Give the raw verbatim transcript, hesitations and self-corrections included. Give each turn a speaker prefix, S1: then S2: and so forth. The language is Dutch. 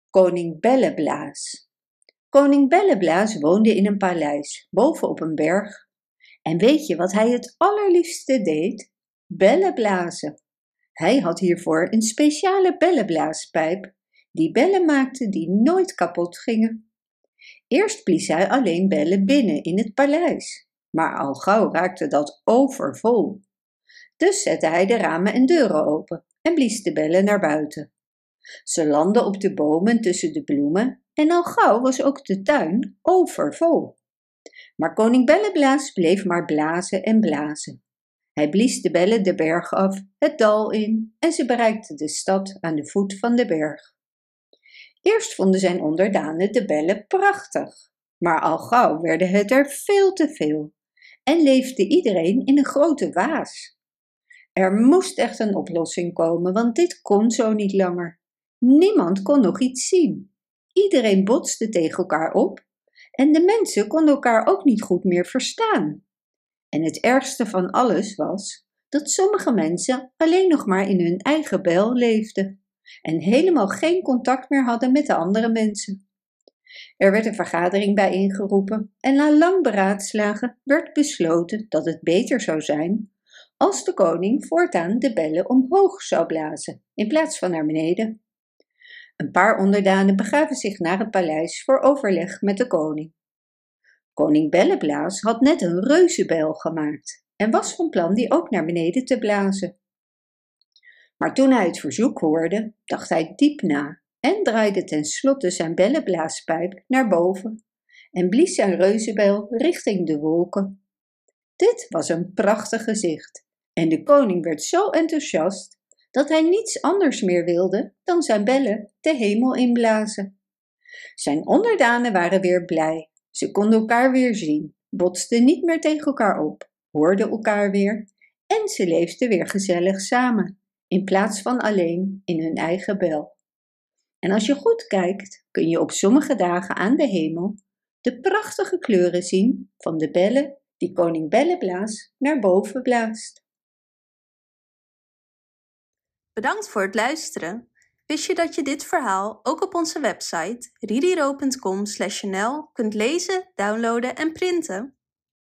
S1: Koning Belleblaas. Koning Belleblaas woonde in een paleis, boven op een berg. En weet je wat hij het allerliefste deed? Bellen blazen. Hij had hiervoor een speciale bellenblaaspijp, die bellen maakte die nooit kapot gingen. Eerst blies hij alleen bellen binnen in het paleis, maar al gauw raakte dat overvol. Dus zette hij de ramen en deuren open en blies de bellen naar buiten. Ze landden op de bomen tussen de bloemen en al gauw was ook de tuin overvol. Maar koning Belleblaas bleef maar blazen en blazen. Hij blies de bellen de berg af, het dal in en ze bereikten de stad aan de voet van de berg. Eerst vonden zijn onderdanen de bellen prachtig, maar al gauw werden het er veel te veel en leefde iedereen in een grote waas. Er moest echt een oplossing komen, want dit kon zo niet langer. Niemand kon nog iets zien. Iedereen botste tegen elkaar op en de mensen konden elkaar ook niet goed meer verstaan. En het ergste van alles was dat sommige mensen alleen nog maar in hun eigen bel leefden en helemaal geen contact meer hadden met de andere mensen. Er werd een vergadering bijeengeroepen en na lang beraadslagen werd besloten dat het beter zou zijn als de koning voortaan de bellen omhoog zou blazen in plaats van naar beneden. Een paar onderdanen begaven zich naar het paleis voor overleg met de koning. Koning Belleblaas had net een reuzenbel gemaakt en was van plan die ook naar beneden te blazen. Maar toen hij het verzoek hoorde, dacht hij diep na en draaide tenslotte zijn bellenblaaspijp naar boven en blies zijn reuzenbel richting de wolken. Dit was een prachtig gezicht en de koning werd zo enthousiast dat hij niets anders meer wilde dan zijn bellen de hemel inblazen. Zijn onderdanen waren weer blij. Ze konden elkaar weer zien, botsten niet meer tegen elkaar op, hoorden elkaar weer en ze leefden weer gezellig samen, in plaats van alleen in hun eigen bel. En als je goed kijkt, kun je op sommige dagen aan de hemel de prachtige kleuren zien van de bellen die koning Belleblaas naar boven blaast.
S2: Bedankt voor het luisteren. Wist je dat je dit verhaal ook op onze website ririro punt com slash n l kunt lezen, downloaden en printen?